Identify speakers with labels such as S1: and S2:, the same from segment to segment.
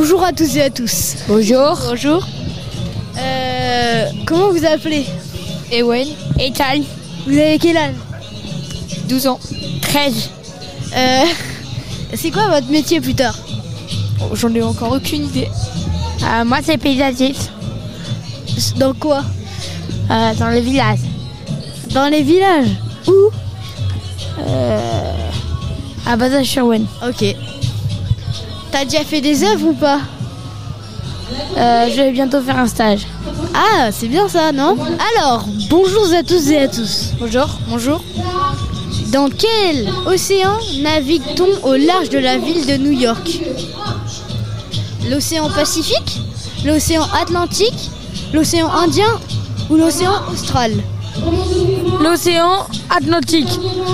S1: Bonjour à tous et à tous.
S2: Bonjour.
S1: Bonjour. Comment vous appelez?
S2: Ewen. Ethan.
S1: Vous avez quel âge?
S2: 12 ans. 13.
S1: C'est quoi votre métier plus tard?
S2: J'en ai encore aucune idée. Moi, c'est paysagiste.
S1: Dans quoi?
S2: Dans le village.
S1: Dans les villages? Où?
S2: À Bazas-sur-Wen.
S1: Ok. T'as déjà fait des œuvres ou pas?
S2: Je vais bientôt faire un stage.
S1: Ah, c'est bien ça, non? Alors, bonjour à tous et à tous.
S2: Bonjour. Bonjour.
S1: Dans quel océan navigue-t-on au large de la ville de New York? L'océan Pacifique, l'océan Atlantique, l'océan Indien ou l'océan Austral?
S2: L'océan Atlantique.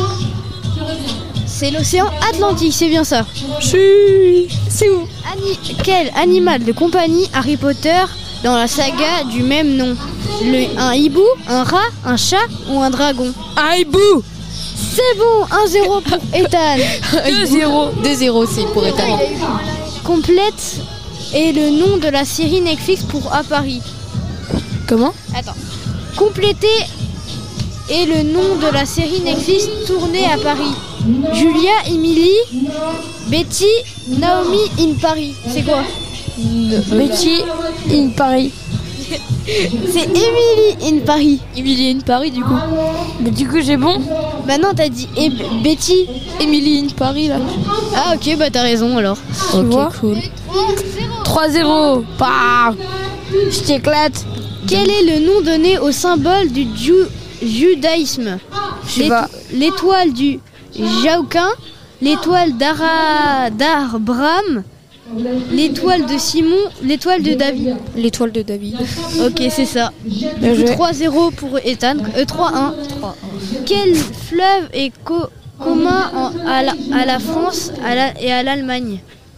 S1: C'est l'océan Atlantique, c'est bien ça.
S2: C'est où?
S1: Quel animal de compagnie Harry Potter dans la saga du même nom? Un hibou, un rat, un chat ou un dragon?
S2: Un hibou.
S1: C'est bon, 1-0 pour Ethan.
S2: 2-0. 2-0, c'est pour Ethan.
S1: Complète est le nom de la série Netflix pour À Paris.
S2: Comment?
S1: Attends. Compléter est le nom de la série Netflix tournée à Paris. Julia, Emily, Betty, Naomi in Paris. C'est quoi?
S2: Betty in Paris.
S1: C'est Emily in Paris.
S2: Emily in Paris, du coup. Mais du coup, j'ai bon?
S1: Bah non, t'as dit Betty.
S2: Emily in Paris, là.
S1: Ah ok, bah t'as raison alors.
S2: Ok, cool. 3-0. Je t'éclate.
S1: Quel est le nom donné au symbole du judaïsme?
S2: Je sais pas.
S1: L'étoile du Jauquin, l'étoile d'Abraham, l'étoile de Simon, l'étoile de David.
S2: L'étoile de David.
S1: Ok, c'est ça. 3-0 pour Ethan. 3-1. Quel fleuve est commun à la France et à l'Allemagne?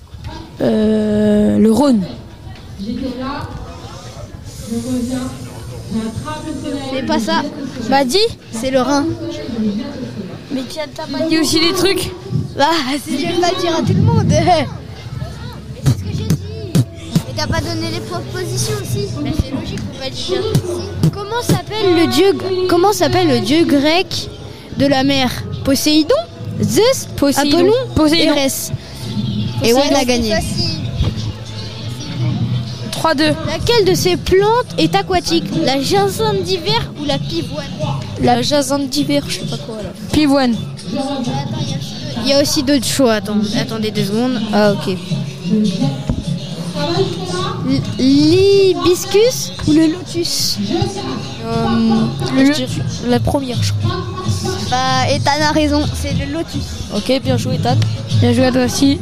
S2: Le Rhône.
S1: C'est pas ça.
S2: Bah dis.
S1: C'est le Rhin.
S2: Mais tu as pas dit aussi des trucs?
S1: Bah, si je vais pas le dire à tout le monde.
S3: C'est ce que j'ai dit. Et t'as pas donné les propositions aussi.
S1: Mais c'est logique, faut pas le dire. Comment s'appelle le dieu grec de la mer? Poséidon, Zeus, Apollon, Érès. Et ouais, on a gagné.
S2: 3-2.
S1: Laquelle de ces plantes est aquatique? La ginsembre d'hiver ou la pivoine?
S2: La ginsembre d'hiver, je sais pas quoi là. Pivoine.
S1: Il y a aussi d'autres choix. Attendez 2 secondes.
S2: Ah ok.
S1: L'hibiscus ou le lotus?
S2: La première, je crois.
S1: Bah, Ethan a raison, c'est le lotus.
S2: Ok, bien joué, Ethan. Bien joué à toi aussi.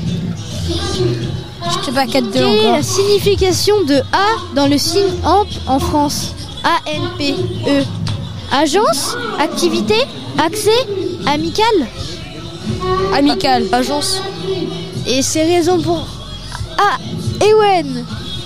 S2: Je te bats 4-2 encore.
S1: Quelle est la signification de A dans le signe AMP en France? A-N-P-E. Agence, activité, accès, amical?
S2: Amical. Agence.
S1: Et c'est raison pour Ewen.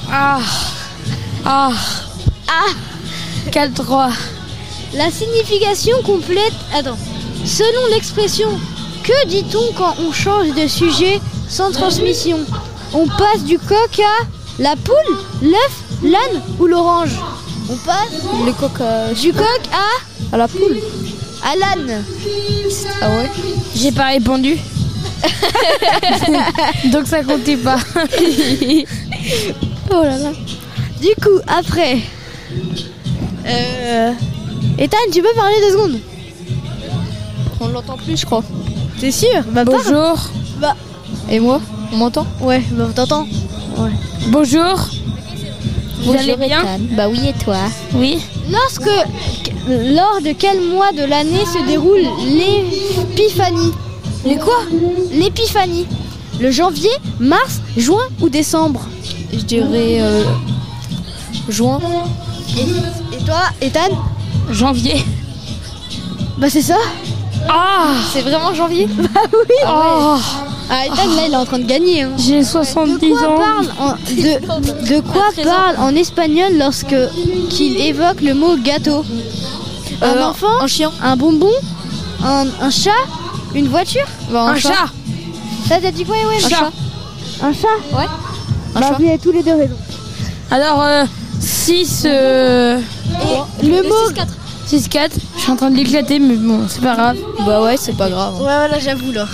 S2: 4-3.
S1: La signification complète. Attends. Selon l'expression, que dit-on quand on change de sujet sans transmission? On passe du coq à la poule, l'œuf, l'âne ou l'orange? On passe
S2: Le coq
S1: du coq
S2: à la poule.
S1: à l'âne.
S2: Ah ouais? J'ai pas répondu. Donc ça comptait pas.
S1: Oh là là. Du coup, après. Ethan, tu peux parler 2 secondes?
S2: On l'entend plus, je crois.
S1: T'es sûr? Bah, parle.
S2: Bonjour.
S1: Bah.
S2: Et moi? On m'entend?
S1: Ouais, bah t'entends. Ouais.
S2: Bonjour. Vous
S3: Bonjour,
S2: allez bien?
S3: Ethan. Bah oui, et toi?
S2: Oui.
S1: Lors de quel mois de l'année se déroule l'épiphanie?
S2: Les quoi?
S1: L'épiphanie. Le janvier, mars, juin ou décembre?
S2: Je dirais juin.
S1: Et toi, Ethan?
S2: Janvier.
S1: Bah c'est ça.
S2: C'est vraiment janvier?
S1: Bah oui.
S2: Oh.
S1: Ah, Ethan, là, il est en train de gagner. Hein.
S2: J'ai 70 ans.
S1: De quoi parle en espagnol lorsque qu'il évoque le mot gâteau? Un enfant?
S2: Un chien.
S1: Un bonbon? Un chat? Une voiture?
S2: Un chat.
S1: Ça, t'as dit quoi, ouais?
S2: Un chat.
S1: Un chat?
S2: Ouais.
S1: Bah, vous avez tous les deux raison.
S2: Alors, 6...
S1: Le mot...
S2: 6-4. Je suis en train de l'éclater, mais bon, c'est pas grave.
S4: Bah ouais, c'est pas grave.
S1: Ouais, voilà, j'avoue, là.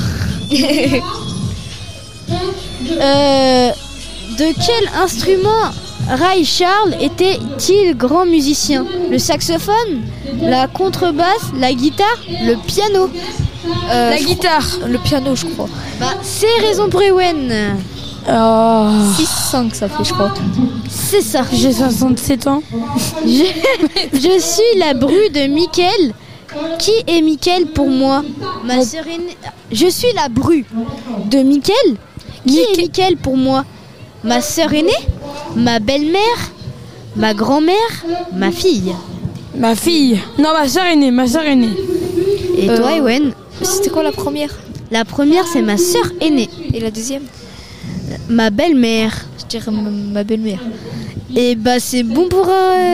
S1: De quel instrument Ray Charles était-il grand musicien? Le saxophone, la contrebasse, la guitare, le piano?
S2: La guitare.
S4: Le piano, je crois.
S1: Bah, c'est raison pour Ewen.
S2: Oh.
S4: 6-5, ça fait, je crois.
S1: C'est ça.
S2: J'ai 67 ans.
S1: Je suis la bru de Mickaël. Qui est Mickaël pour moi? Ma sœur aînée. Je suis la bru de Mickaël. Qui est Mickaël pour moi? Ma sœur aînée, ma belle-mère, ma grand-mère, ma fille.
S2: Ma fille. Non, ma sœur aînée.
S1: Et toi, Ewen?
S4: C'était quoi la première?
S1: La première, c'est ma sœur aînée.
S4: Et la deuxième?
S1: Ma belle-mère.
S4: Je dirais ma belle-mère.
S1: Et bah, c'est bon pour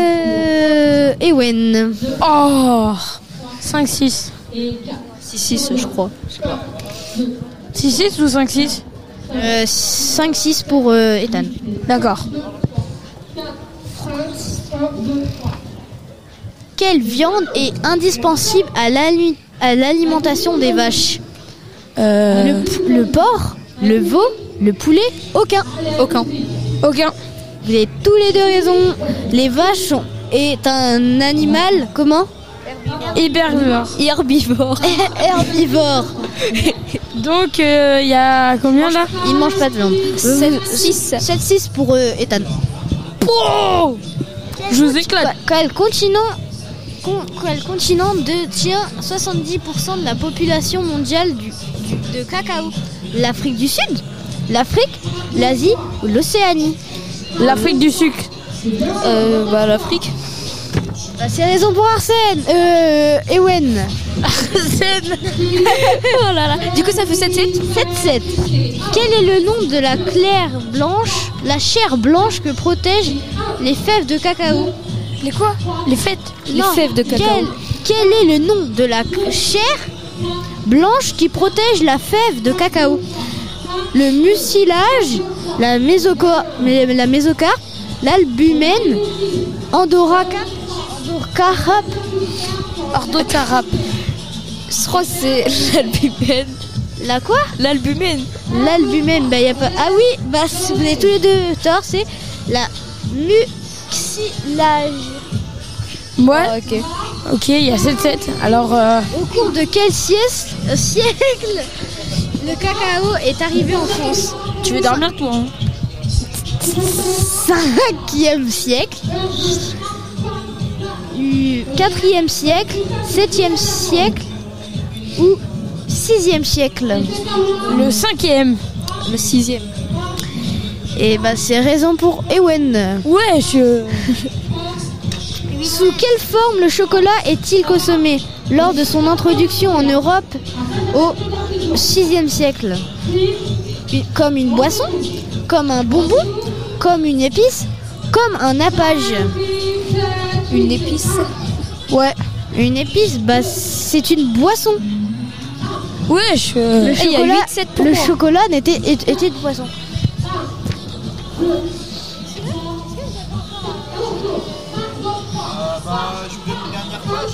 S1: Ewen.
S2: Oh. 5-6.
S4: 6-6, je crois.
S2: 6-6 ou 5-6?
S1: 5-6 pour Ethan.
S2: D'accord.
S1: Quelle viande est indispensable à l'alimentation des vaches? Le porc, le veau, le poulet? Aucun.
S2: Aucun.
S1: Vous avez tous les deux raison. Les vaches est un animal, comment?
S2: Herbivore.
S1: Herbivore.
S2: Donc, il y a combien là?
S1: Il ne mange pas de viande. 7-6 pour Ethan.
S2: Oh, je vous éclate.
S1: Quel continent détient 70% de la population mondiale de cacao? L'Afrique du Sud, l'Afrique, l'Asie ou l'Océanie?
S2: L'Afrique du sucre.
S4: Bah l'Afrique.
S1: Bah, c'est raison pour Arsène. Ewen.
S2: Arsène.
S1: Oh là là.
S4: Du coup, ça fait 7-7.
S1: 7-7. Quel est le nom de la la chair blanche que protègent les fèves de cacao?
S2: Les quoi? Les fêtes.
S4: Les fèves de cacao.
S1: Quel est le nom de la chair blanche qui protège la fève de cacao? Le mucilage, la mésocarpe, l'albumène, endocarpe.
S4: Je crois que c'est l'albumène.
S1: La quoi?
S4: L'albumène.
S1: L'albumène, bah y a pas. Ah oui, bah vous avez tous les deux tort, c'est la mucilage.
S2: Ouais.
S4: Ah, ok.
S2: Ok, il y a 7-7. Alors,
S1: Au cours de quel siècle le cacao est arrivé en France?
S2: tu veux dormir toi hein?
S1: 5e siècle, 4e siècle, 7e siècle ou 6e siècle?
S2: Le 5e.
S4: Le 6e.
S1: Et bah c'est raison pour Ewen.
S2: Ouais,
S1: Sous quelle forme le chocolat est-il consommé lors de son introduction en Europe au 6e siècle? Comme une boisson, comme un bonbon, comme une épice, comme un nappage?
S4: Une épice.
S1: Ouais, une épice, bah c'est une boisson.
S2: Ouais,
S1: Le
S4: il y a
S1: chocolat,
S4: 8-7 pour
S1: le
S4: moi.
S1: chocolat était de poisson.
S5: Je vous donne une dernière page.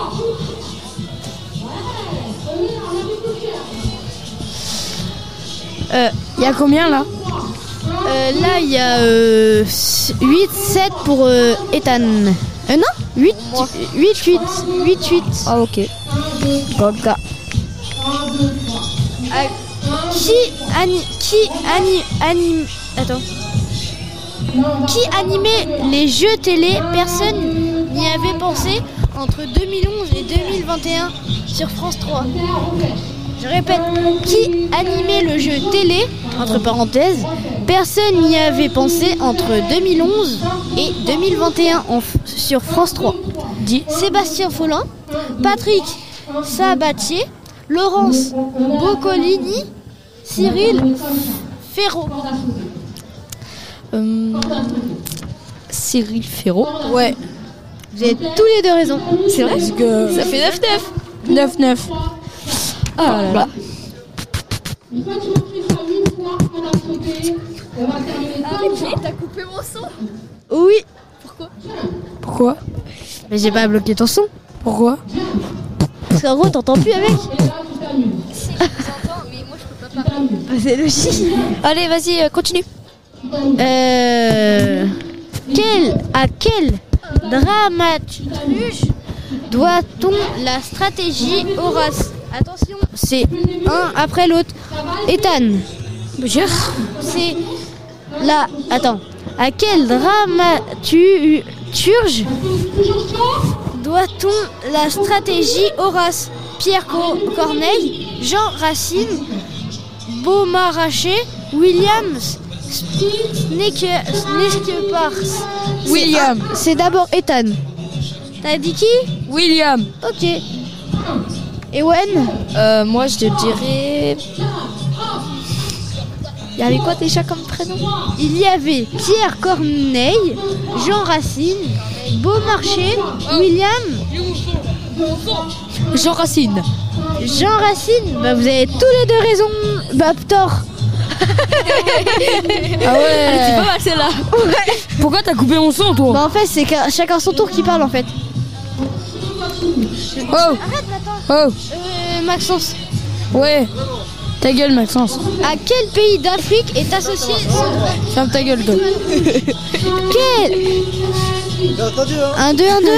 S2: Il y a combien là?
S1: Là, il y a 8-7 pour Ethan. Non 8, 8.
S4: Ah ok.
S1: Boga. Qui animait les jeux télé? Personne n'y avait pensé entre 2011 et 2021 sur France 3. Je répète, qui animait le jeu télé, entre parenthèses, personne n'y avait pensé entre 2011 et 2021 sur France 3. Sébastien Follin, Patrick Sabatier, Laurence Boccolini, Cyril Ferraud.
S4: Cyril Ferraud.
S1: Ouais. Vous avez tous les deux raison.
S4: C'est vrai? Ça fait 9-9.
S2: 9-9.
S4: Ah là là.
S3: T'as coupé mon son.
S1: Oui.
S2: Pourquoi?
S1: Mais j'ai pas bloqué ton son.
S2: Pourquoi?
S1: Parce qu'en gros, t'entends plus avec.
S3: Si, je vous entends, mais moi je peux pas parler.
S1: Bah, c'est logique.
S4: Allez, vas-y, continue.
S1: À quel dramaturge doit-on la stratégie Horace? Attention, c'est un après l'autre. Ethan, c'est la... Attends. À quel dramaturge doit-on la stratégie Horace? Pierre Corneille, Jean Racine, Beaumarchais, William Snekepars.
S2: William.
S1: C'est d'abord Ethan. T'as dit qui?
S2: William.
S1: Ok. Ewen?
S4: Moi, je te dirais... Il y avait quoi déjà comme prénom?
S1: Il y avait Pierre Corneille, Jean Racine, Beaumarchais, William...
S2: Jean Racine.
S1: Jean Racine? Bah vous avez tous les deux raison. Bah tort.
S2: Ah ouais.
S4: C'est pas mal celle-là.
S2: Pourquoi t'as coupé mon son, toi?
S1: Bah en fait c'est chacun son tour qui parle en fait.
S2: Oh.
S1: Arrête Nathan.
S2: Oh.
S1: Maxence.
S2: Ouais. Ta gueule, Maxence.
S1: À quel pays d'Afrique est associé
S2: Ferme ta gueule, toi.
S1: Quel?
S5: J'ai entendu, hein.
S1: 1, 2, 1, 2.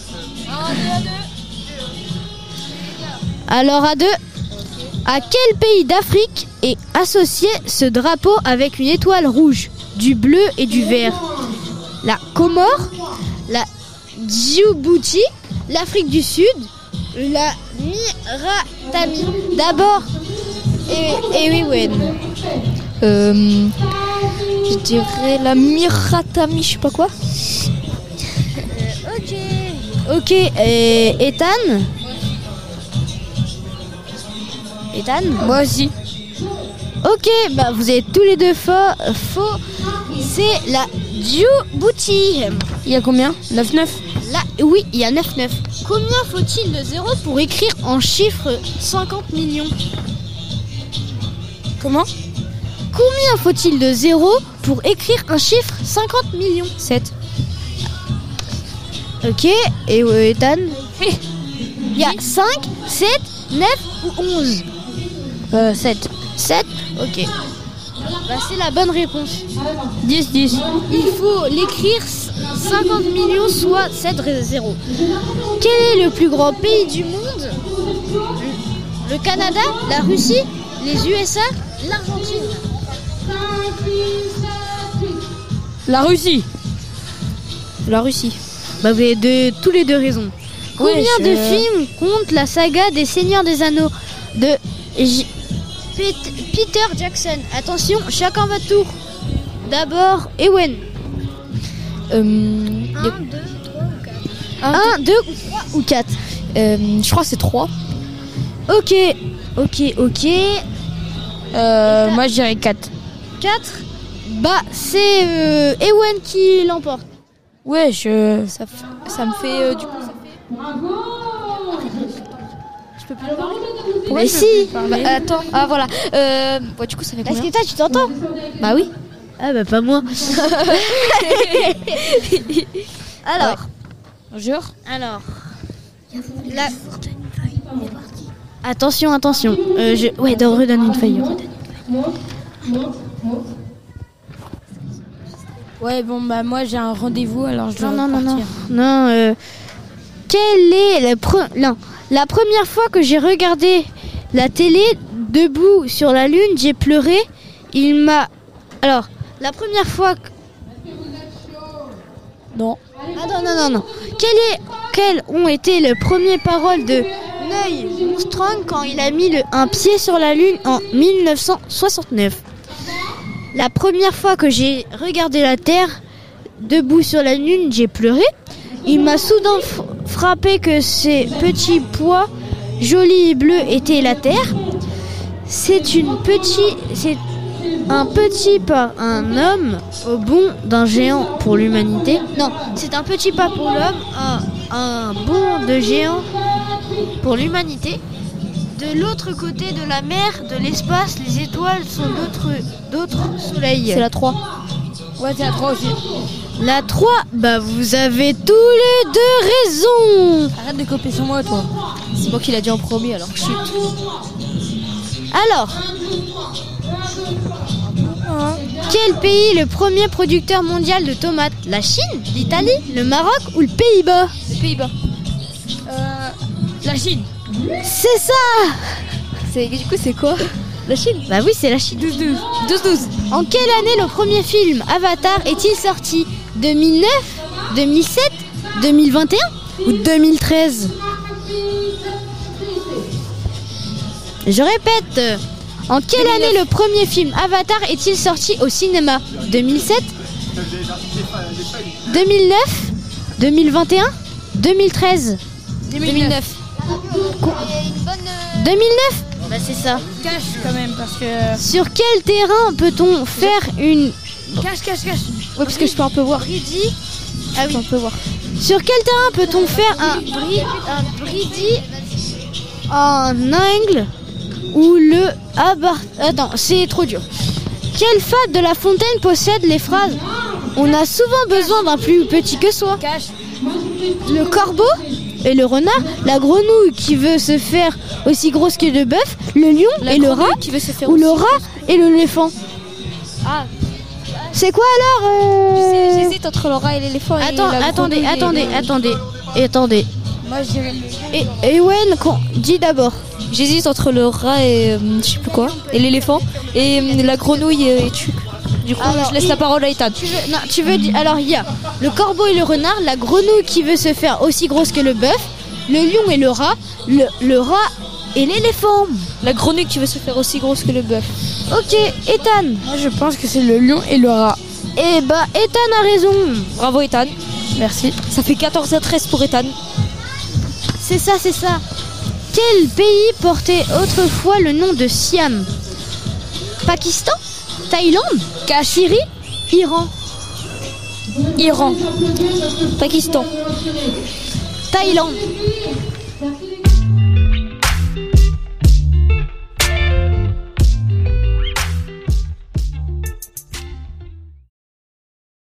S1: Alors à 2. À quel pays d'Afrique est associé ce drapeau avec une étoile rouge, du bleu et du vert? La Comore, la Djibouti, l'Afrique du Sud, la Mauritanie. D'abord, et oui, Wen.
S4: Je dirais la Miratami, je sais pas quoi.
S1: Ok, et Ethan? Ethan?
S2: Moi aussi.
S1: Ok, bah vous avez tous les deux faux. C'est la Djibouti.
S2: Il y a combien? 9-9.
S1: Là, oui, il y a 9-9. Combien faut-il de zéros pour écrire en chiffres 50 millions?
S2: Comment?
S1: Combien faut-il de zéros pour écrire un chiffre 50 millions?
S2: 7.
S1: Ok, et Ethan? Il y a 5, 7, 9 ou 11?
S2: 7.
S1: 7? Ok. Bah, c'est la bonne réponse.
S2: 10.
S1: Il faut l'écrire 50 millions, soit 7 zéros. Quel est le plus grand pays du monde? Le Canada, la Russie, les USA, l'Argentine.
S2: La Russie.
S4: La Russie.
S1: Bah vous avez tous les deux raison. Combien
S2: Ouais,
S1: de films compte la saga des Seigneurs des Anneaux de Peter Jackson? Attention, chacun votre tour. D'abord, Ewen. 1, 2, 3 ou 4?
S4: Je crois que c'est 3.
S1: Ok.
S2: Moi, je dirais 4.
S1: 4. Bah, c'est Ewen qui l'emporte.
S2: Ouais,
S4: Ça me fait du coup.
S1: Mais si.
S4: Bah, attends. Ah voilà. Du coup ça fait
S1: Est-ce
S4: combien?
S1: que toi, tu t'entends?
S4: Bah oui.
S1: Ah bah pas moi. Alors.
S2: Jure.
S1: Alors. Attention. Redonne une feuille.
S2: Ouais, bon, bah, moi, j'ai un rendez-vous, alors je dois partir.
S1: Non, quelle est la première fois que j'ai regardé la télé debout sur la lune, j'ai pleuré. Alors, la première fois
S2: Non.
S1: Non. Quelles ont été les premières paroles de Neil Armstrong quand il a mis un pied sur la lune en 1969? La première fois que j'ai regardé la Terre debout sur la lune, j'ai pleuré. Il m'a soudain frappé que ces petits pois jolis et bleus étaient la Terre. C'est un petit pas, un homme au bond d'un géant pour l'humanité. Non, c'est un petit pas pour l'homme, un bond de géant pour l'humanité. De l'autre côté de la mer, de l'espace, les étoiles sont d'autres soleils.
S4: C'est la 3.
S2: Ouais, c'est la 3 aussi.
S1: La 3, bah vous avez tous les deux raison.
S2: Arrête de copier sur moi, toi.
S4: C'est moi qui l'a dit en premier, alors chut.
S1: Alors, quel pays est le premier producteur mondial de tomates? La Chine, l'Italie, le Maroc ou le Pays-Bas?
S4: Les Pays-Bas.
S2: La Chine.
S1: C'est ça.
S4: Du coup, c'est quoi? La Chine?
S1: Bah oui, c'est la Chine.
S2: 12-12.
S4: 12-12.
S1: En quelle année le premier film Avatar est-il sorti? 2009, 2007, 2021 ou 2013? Je répète, en quelle
S2: 2009.
S1: année le premier film Avatar est-il sorti au cinéma? 2007, 2009, 2021, 2013?
S2: 2009.
S1: 2009? Bah c'est ça.
S2: Cache quand même, parce que...
S1: Sur quel terrain peut-on faire une...
S2: Cache.
S4: Ouais, parce que je peux un peu voir.
S1: Bridi?
S4: Ah oui. Je peux un peu voir.
S1: Sur quel terrain peut-on faire un bridi en angle ou le Attends, c'est trop dur. Quelle fable de La Fontaine possède les phrases on a souvent besoin d'un plus petit que soi?
S2: Cache.
S1: Le corbeau et le renard, la grenouille qui veut se faire aussi grosse que le bœuf, le lion et le rat,
S4: qui veut se faire
S1: ou
S4: aussi
S1: le rat et l'éléphant.
S4: Ah.
S1: C'est quoi alors
S4: J'hésite entre le rat et l'éléphant.
S1: Attendez.
S2: Moi, je dirais
S1: Ewen, dis d'abord.
S4: J'hésite entre le rat et je sais plus quoi, et l'éléphant, et la grenouille et tu. Du coup,
S1: Alors,
S4: je laisse la parole à Ethan.
S1: Tu veux dire. Alors, il y a le corbeau et le renard, la grenouille qui veut se faire aussi grosse que le bœuf, le lion et le rat, le rat et l'éléphant.
S4: La grenouille qui veut se faire aussi grosse que le bœuf.
S1: Ok, Ethan.
S2: Moi, je pense que c'est le lion et le rat.
S1: Eh bah, Ethan a raison.
S4: Bravo Ethan.
S2: Merci.
S4: Ça fait 14-13 pour Ethan.
S1: C'est ça. Quel pays portait autrefois le nom de Siam? Pakistan? Thaïlande? Syrie? Iran?
S4: Iran. Pakistan.
S1: Thaïlande.